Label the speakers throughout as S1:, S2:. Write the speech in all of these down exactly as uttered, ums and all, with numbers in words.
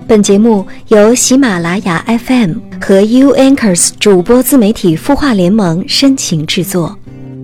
S1: 本节目由喜马拉雅 F M 和 U Anchors 主播自媒体孵化联盟深情制作。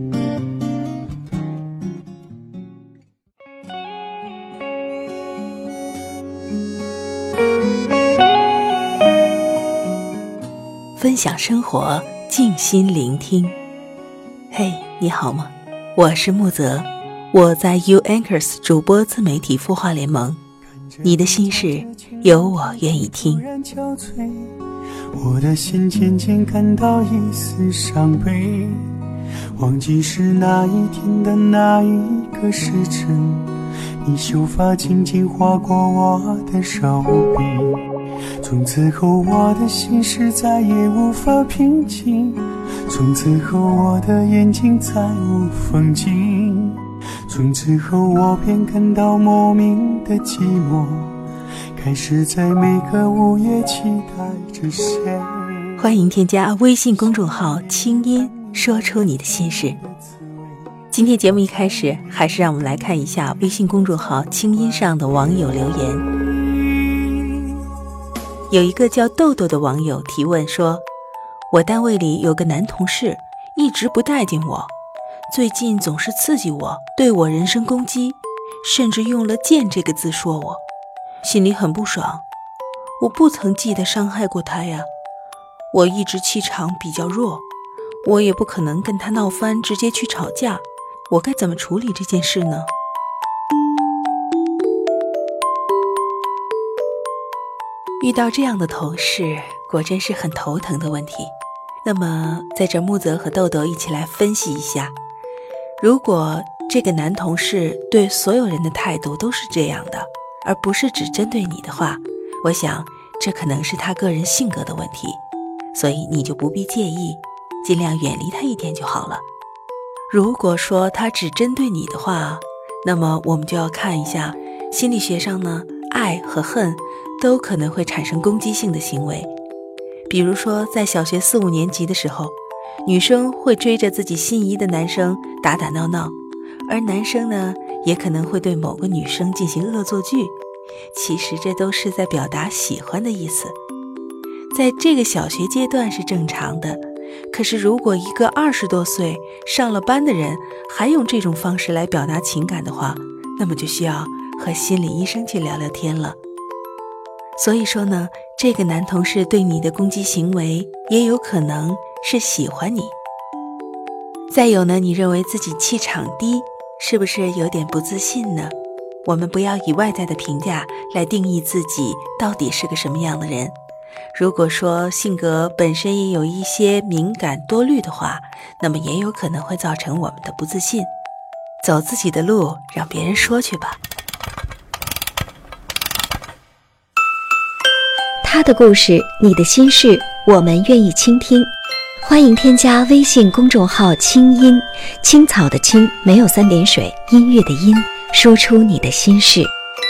S2: 分享生活，静心聆听。嘿，你好吗？我是木泽，我在 U Anchors 主播自媒体孵化联盟。你的心事有我愿意听。
S3: 我的心渐渐感到一丝伤悲，忘记是那一天的那一个时辰，你秀发轻轻划过我的手臂，从此后我的心事再也无法平静，从此后我的眼睛再无风景，从此后我便感到莫名的寂寞，开始在每个午夜期待着谁。
S2: 欢迎添加微信公众号清音，说出你的心事。今天节目一开始，还是让我们来看一下微信公众号清音上的网友留言。有一个叫豆豆的网友提问说，我单位里有个男同事一直不待见我，最近总是刺激我，对我人身攻击，甚至用了贱这个字说我，心里很不爽。我不曾记得伤害过他呀，我一直气场比较弱，我也不可能跟他闹翻直接去吵架，我该怎么处理这件事呢？遇到这样的同事，果真是很头疼的问题。那么在这木泽和豆豆一起来分析一下，如果这个男同事对所有人的态度都是这样的，而不是只针对你的话，我想这可能是他个人性格的问题，所以你就不必介意，尽量远离他一点就好了。如果说他只针对你的话，那么我们就要看一下心理学上呢，爱和恨都可能会产生攻击性的行为。比如说在小学四五年级的时候，女生会追着自己心仪的男生打打闹闹，而男生呢也可能会对某个女生进行恶作剧，其实这都是在表达喜欢的意思。在这个小学阶段是正常的，可是如果一个二十多岁上了班的人还用这种方式来表达情感的话，那么就需要和心理医生去聊聊天了。所以说呢，这个男同事对你的攻击行为也有可能是喜欢你。再有呢，你认为自己气场低，是不是有点不自信呢？我们不要以外在的评价来定义自己到底是个什么样的人。如果说性格本身也有一些敏感多虑的话，那么也有可能会造成我们的不自信。走自己的路，让别人说去吧。
S1: 他的故事，你的心事，我们愿意倾听。欢迎添加微信公众号清音，青草的青，没有三点水，音乐的音，说出你的心事。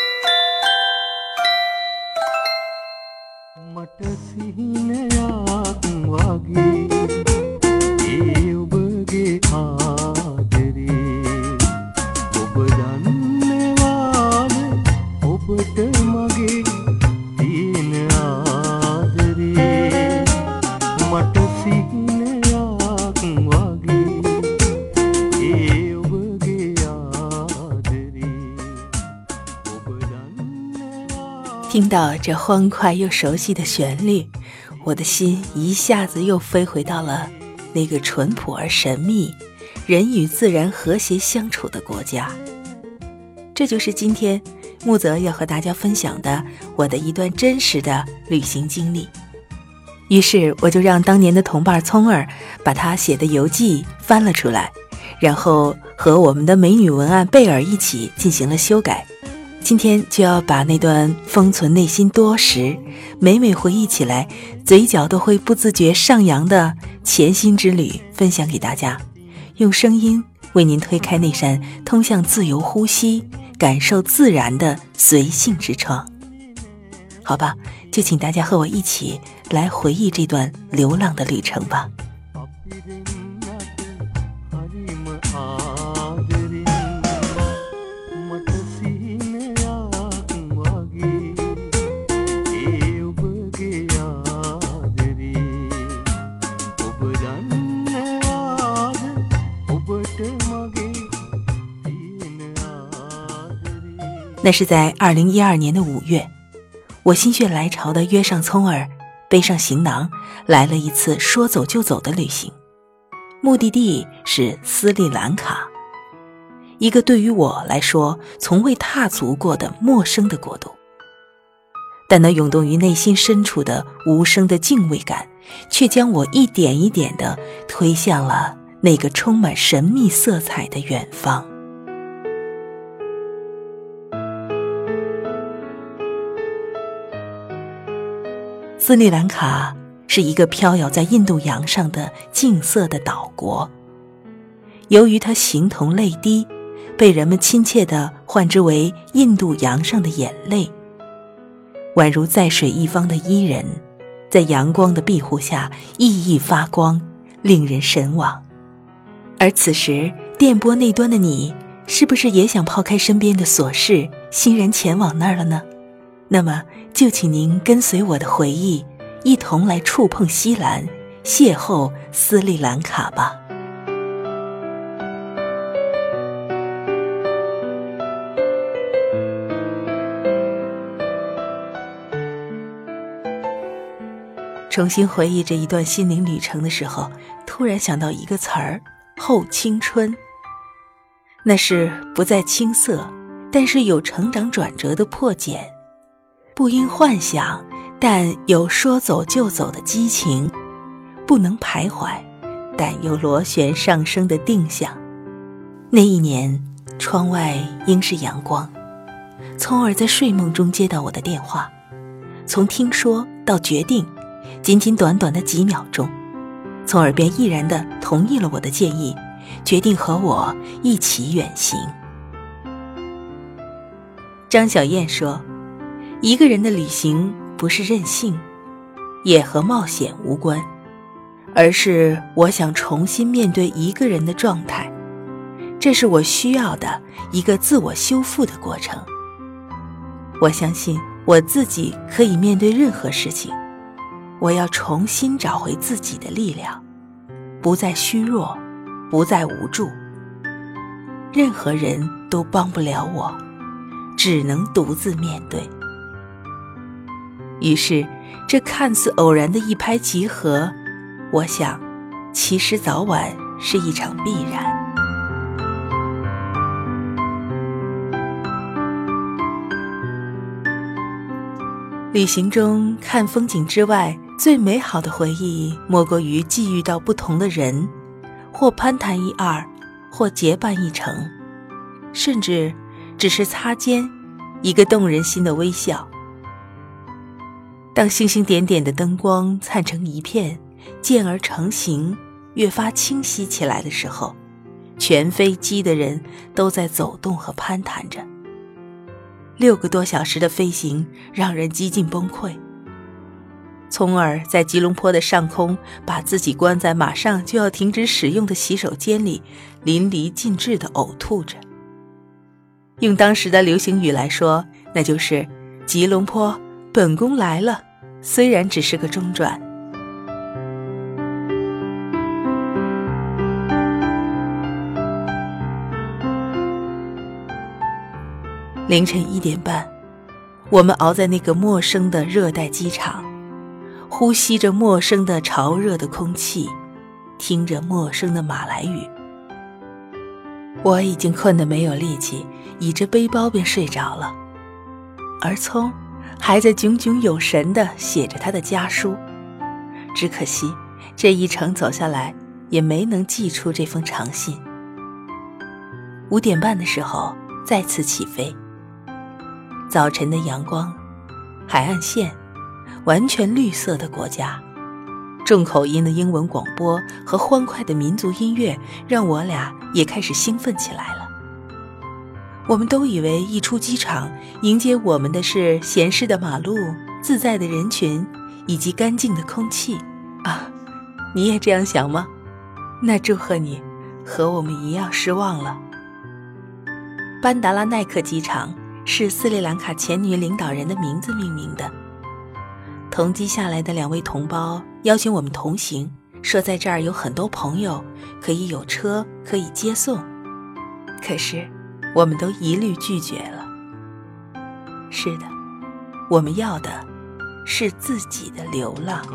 S2: 听到这欢快又熟悉的旋律，我的心一下子又飞回到了那个淳朴而神秘，人与自然和谐相处的国家。这就是今天木泽要和大家分享的我的一段真实的旅行经历。于是我就让当年的同伴聪儿把他写的游记翻了出来，然后和我们的美女文案贝尔一起进行了修改。今天就要把那段封存内心多时，每每回忆起来嘴角都会不自觉上扬的潜心之旅分享给大家，用声音为您推开那扇通向自由呼吸、感受自然的随性之窗。好吧，就请大家和我一起来回忆这段流浪的旅程吧。 那是在二零一二年的五月，我心血来潮地约上聪儿，背上行囊，来了一次说走就走的旅行。目的地是斯里兰卡，一个对于我来说从未踏足过的陌生的国度。但那涌动于内心深处的无声的敬畏感，却将我一点一点地推向了那个充满神秘色彩的远方。斯里兰卡是一个飘摇在印度洋上的静色的岛国，由于它形同泪滴，被人们亲切地唤之为印度洋上的眼泪。宛如在水一方的伊人，在阳光的庇护下熠熠发光，令人神往。而此时电波那端的你，是不是也想抛开身边的琐事，欣然前往那儿了呢？那么就请您跟随我的回忆，一同来触碰西兰，邂逅斯里兰卡吧。重新回忆这一段心灵旅程的时候，突然想到一个词儿，后青春。那是不再青涩，但是有成长转折的破茧，不因幻想，但有说走就走的激情，不能徘徊，但又螺旋上升的定向。那一年，窗外应是阳光，聪儿在睡梦中接到我的电话，从听说到决定，仅仅短短的几秒钟，聪儿便毅然地同意了我的建议，决定和我一起远行。张小燕说，一个人的旅行不是任性，也和冒险无关，而是我想重新面对一个人的状态，这是我需要的一个自我修复的过程。我相信我自己可以面对任何事情，我要重新找回自己的力量，不再虚弱，不再无助。任何人都帮不了我，只能独自面对。于是这看似偶然的一拍即合，我想其实早晚是一场必然。旅行中看风景之外，最美好的回忆莫过于际遇到不同的人，或攀谈一二，或结伴一程，甚至只是擦肩，一个动人心的微笑。当星星点点的灯光灿成一片，渐而成形，越发清晰起来的时候，全飞机的人都在走动和攀谈着。六个多小时的飞行让人几近崩溃。聪儿在吉隆坡的上空把自己关在马上就要停止使用的洗手间里，淋漓尽致地呕吐着。用当时的流行语来说，那就是吉隆坡，本宫来了，虽然只是个中转。凌晨一点半，我们熬在那个陌生的热带机场，呼吸着陌生的潮热的空气，听着陌生的马来语。我已经困得没有力气，倚着背包便睡着了，而聪还在炯炯有神地写着他的家书。只可惜这一程走下来也没能寄出这封长信。五点半的时候再次起飞，早晨的阳光，海岸线，完全绿色的国家，重口音的英文广播和欢快的民族音乐让我俩也开始兴奋起来了。我们都以为一出机场，迎接我们的是闲适的马路、自在的人群以及干净的空气啊！你也这样想吗？那祝贺你，和我们一样失望了。班达拉奈克机场是斯里兰卡前女领导人的名字命名的。同机下来的两位同胞邀请我们同行，说在这儿有很多朋友，可以有车可以接送。可是我们都一律拒绝了。 是的，我们要的是自己的流浪。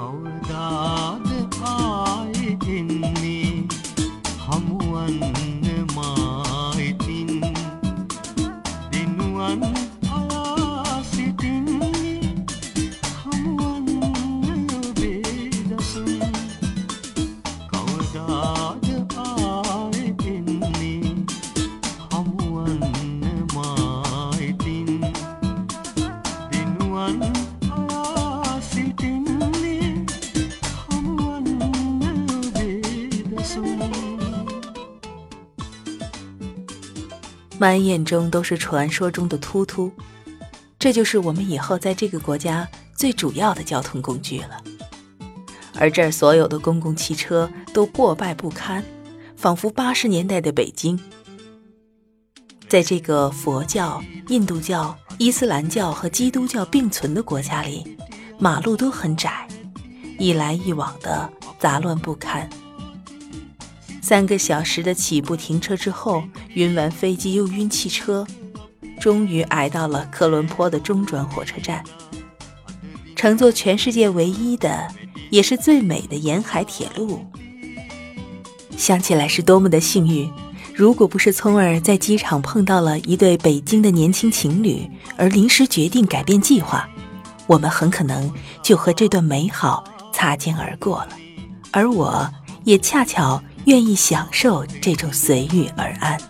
S2: 满眼中都是传说中的突突，这就是我们以后在这个国家最主要的交通工具了。而这儿所有的公共汽车都破败不堪，仿佛八十年代的北京。在这个佛教、印度教、伊斯兰教和基督教并存的国家里，马路都很窄，一来一往的杂乱不堪。三个小时的起步停车之后，晕完飞机又晕汽车，终于挨到了科伦坡的中转火车站，乘坐全世界唯一的也是最美的沿海铁路。想起来是多么的幸运，如果不是聪儿在机场碰到了一对北京的年轻情侣而临时决定改变计划，我们很可能就和这段美好擦肩而过了，而我也恰巧愿意享受这种随遇而安。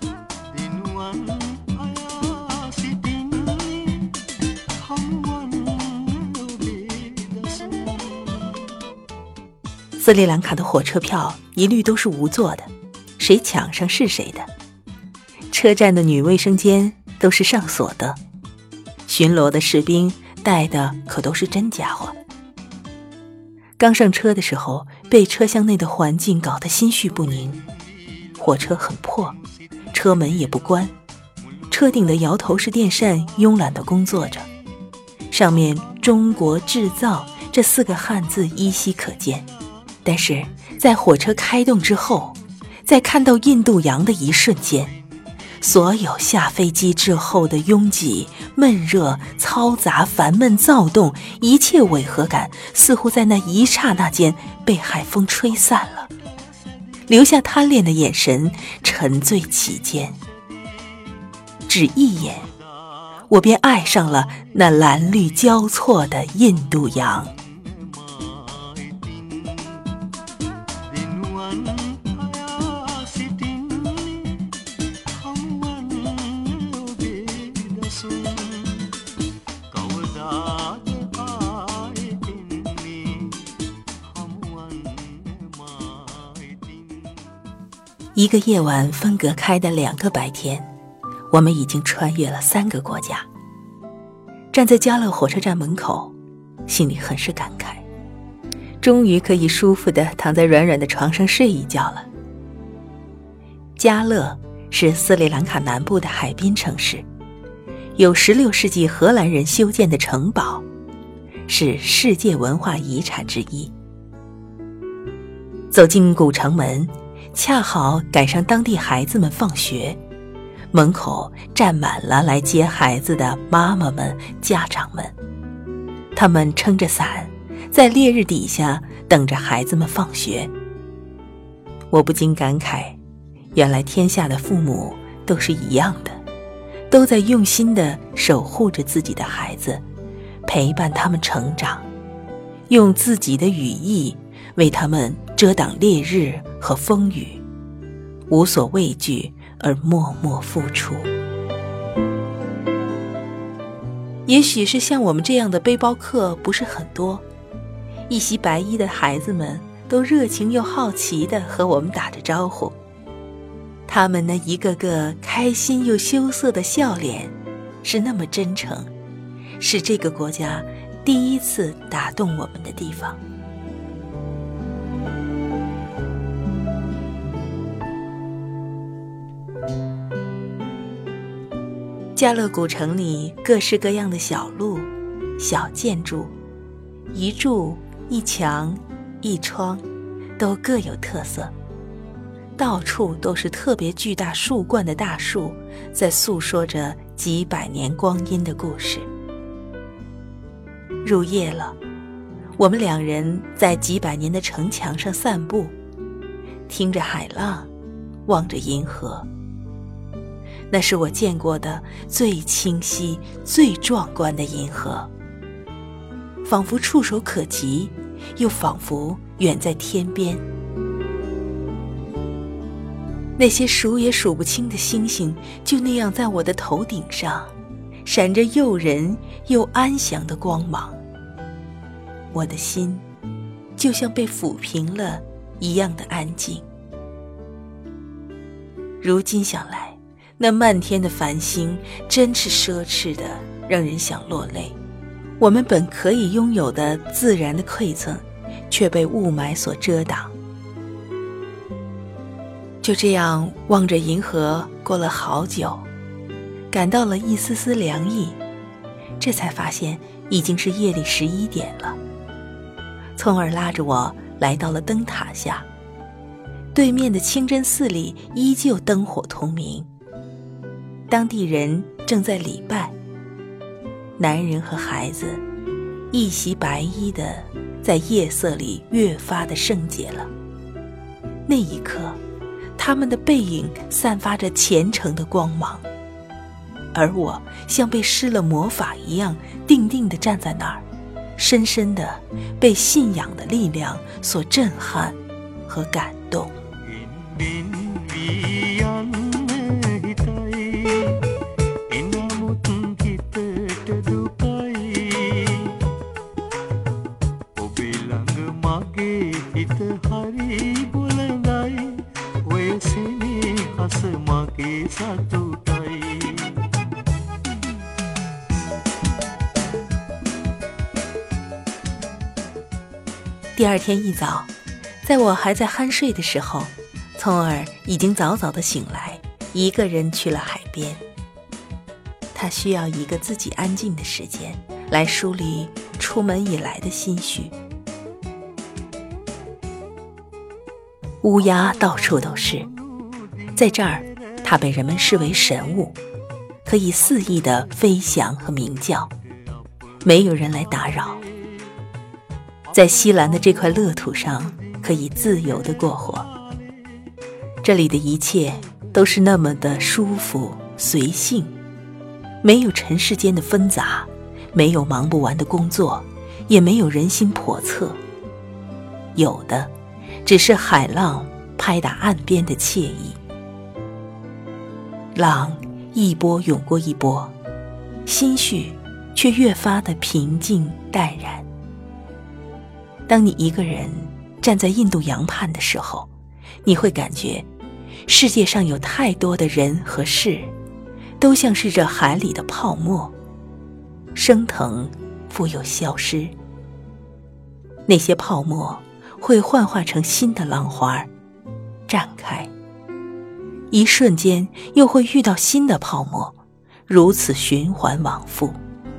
S2: 斯里兰卡的火车票一律都是无座的，谁抢上是谁的。车站的女卫生间都是上锁的，巡逻的士兵带的可都是真家伙。刚上车的时候，被车厢内的环境搞得心绪不宁。火车很破，车门也不关，车顶的摇头式电扇慵懒地工作着，上面中国制造这四个汉字依稀可见。但是在火车开动之后，在看到印度洋的一瞬间，所有下飞机之后的拥挤、闷热、嘈杂、烦闷、躁动，一切违和感似乎在那一刹那间被海风吹散了，留下贪恋的眼神，沉醉其间。只一眼，我便爱上了那蓝绿交错的印度洋。一个夜晚分隔开的两个白天，我们已经穿越了三个国家。站在嘉乐火车站门口，心里很是感慨，终于可以舒服地躺在软软的床上睡一觉了。嘉乐是斯里兰卡南部的海滨城市，有十六世纪荷兰人修建的城堡，是世界文化遗产之一。走进古城门，恰好赶上当地孩子们放学，门口站满了来接孩子的妈妈们、家长们，他们撑着伞，在烈日底下等着孩子们放学。我不禁感慨，原来天下的父母都是一样的，都在用心地守护着自己的孩子，陪伴他们成长，用自己的羽翼为他们遮挡烈日和风雨，无所畏惧而默默付出。也许是像我们这样的背包客不是很多，一袭白衣的孩子们都热情又好奇地和我们打着招呼，他们那一个个开心又羞涩的笑脸是那么真诚，是这个国家第一次打动我们的地方。嘉乐古城里各式各样的小路、小建筑，一柱一墙一窗，都各有特色，到处都是特别巨大树冠的大树，在诉说着几百年光阴的故事。 入夜了，我们两人在几百年的城墙上散步，听着海浪，望着银河。那是我见过的最清晰、最壮观的银河，仿佛触手可及，又仿佛远在天边。那些数也数不清的星星，就那样在我的头顶上，闪着诱人又安详的光芒。我的心就像被抚平了一样的安静。如今想来，那漫天的繁星真是奢侈的，让人想落泪。我们本可以拥有的自然的馈赠，却被雾霾所遮挡。就这样望着银河过了好久，感到了一丝丝凉意，这才发现已经是夜里十一点了。聪儿拉着我来到了灯塔下，对面的清真寺里依旧灯火通明，当地人正在礼拜，男人和孩子一袭白衣的在夜色里越发的圣洁了。那一刻，他们的背影散发着虔诚的光芒，而我像被施了魔法一样定定地站在那儿，深深地被信仰的力量所震撼和感动。第二天一早，在我还在酣睡的时候，聪儿已经早早地醒来，一个人去了海边。他需要一个自己安静的时间，来梳理出门以来的心绪。乌鸦到处都是，在这儿，它被人们视为神物，可以肆意地飞翔和鸣叫，没有人来打扰。在西兰的这块乐土上，可以自由地过活。这里的一切都是那么的舒服随性，没有尘世间的纷杂，没有忙不完的工作，也没有人心叵测，有的只是海浪拍打岸边的惬意。浪一波涌过一波，心绪却越发的平静淡然。当你一个人站在印度洋畔的时候，你会感觉世界上有太多的人和事，都像是这海里的泡沫，升腾复又消失。那些泡沫会幻化成新的浪花，绽开，一瞬间又会遇到新的泡沫，如此循环往复。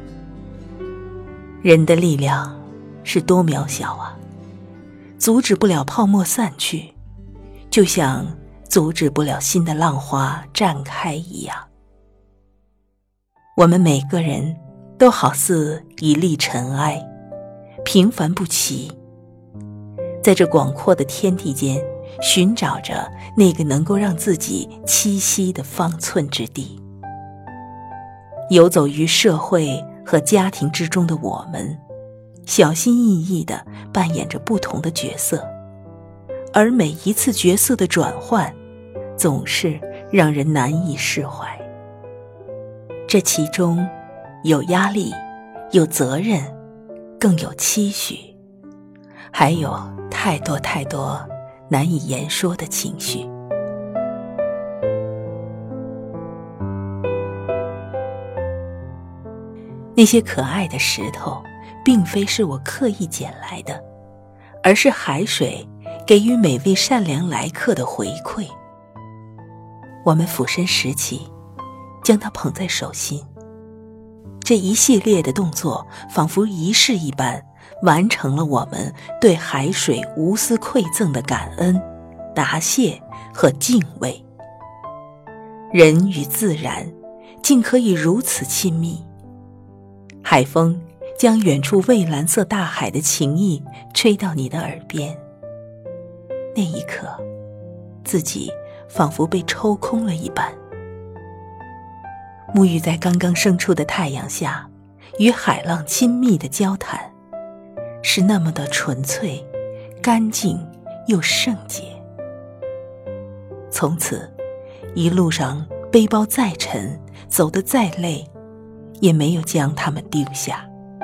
S2: 人的力量是多渺小啊，阻止不了泡沫散去，就像阻止不了新的浪花绽开一样。我们每个人都好似一粒尘埃，平凡不起，在这广阔的天地间寻找着那个能够让自己栖息的方寸之地。游走于社会和家庭之中的我们，小心翼翼地扮演着不同的角色，而每一次角色的转换，总是让人难以释怀。这其中有压力，有责任，更有期许，还有太多太多难以言说的情绪。那些可爱的石头并非是我刻意捡来的，而是海水给予每位善良来客的回馈。我们俯身拾起，将它捧在手心，这一系列的动作仿佛仪式一般，完成了我们对海水无私馈赠的感恩、答谢和敬畏。人与自然竟可以如此亲密，海风将远处蔚蓝色大海的情意吹到你的耳边。那一刻，自己仿佛被抽空了一般。沐浴在刚刚升出的太阳下，与海浪亲密的交谈，是那么的纯粹、干净又圣洁。从此，一路上背包再沉，走得再累，也没有将它们丢下。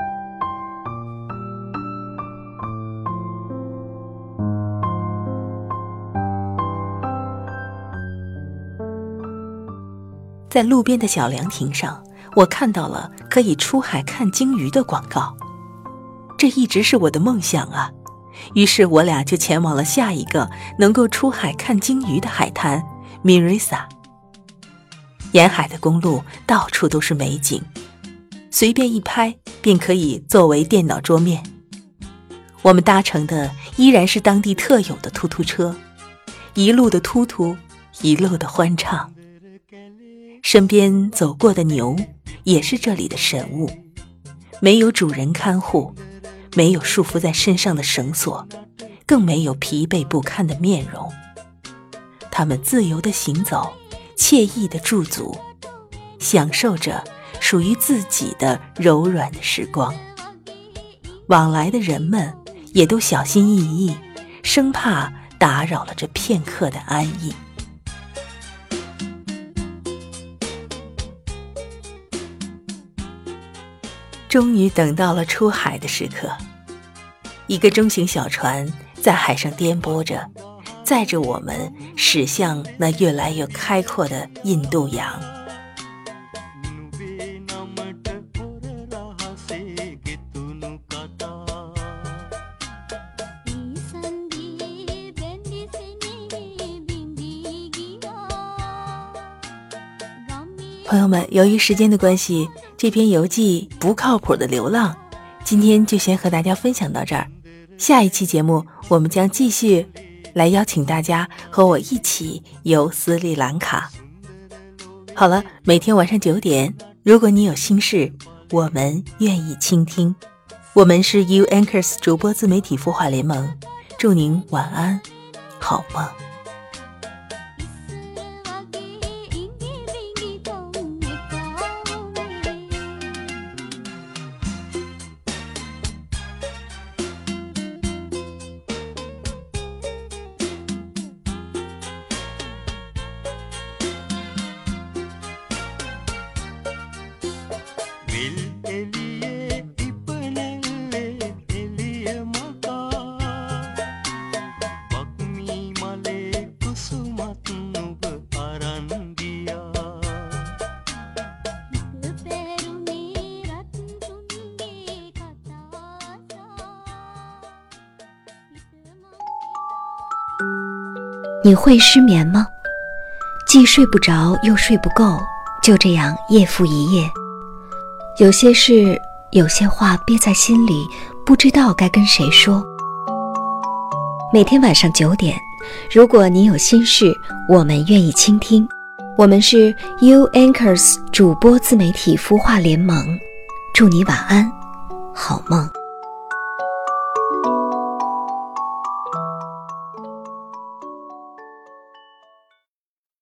S2: 在路边的小凉亭上，我看到了可以出海看鲸鱼的广告，这一直是我的梦想啊。于是我俩就前往了下一个能够出海看鲸鱼的海滩 Mirisa。 沿海的公路到处都是美景，随便一拍便可以作为电脑桌面。我们搭乘的依然是当地特有的突突车，一路的突突，一路的欢唱。身边走过的牛也是这里的神物，没有主人看护，没有束缚在身上的绳索，更没有疲惫不堪的面容。它们自由地行走，惬意地驻足，享受着属于自己的柔软的时光。往来的人们也都小心翼翼，生怕打扰了这片刻的安逸。终于等到了出海的时刻，一个中型小船在海上颠簸着，载着我们驶向那越来越开阔的印度洋。朋友们，由于时间的关系，这篇游记不靠谱的流浪，今天就先和大家分享到这儿。下一期节目，我们将继续来邀请大家和我一起游斯里兰卡。好了，每天晚上九点，如果你有心事，我们愿意倾听。我们是 U Anchors 主播自媒体孵化联盟，祝您晚安，好梦。
S1: 你会失眠吗？既睡不着又睡不够，就这样夜复一夜。有些事，有些话憋在心里，不知道该跟谁说。每天晚上九点，如果你有心事，我们愿意倾听。我们是 U Anchors 主播自媒体孵化联盟，祝你晚安，好梦。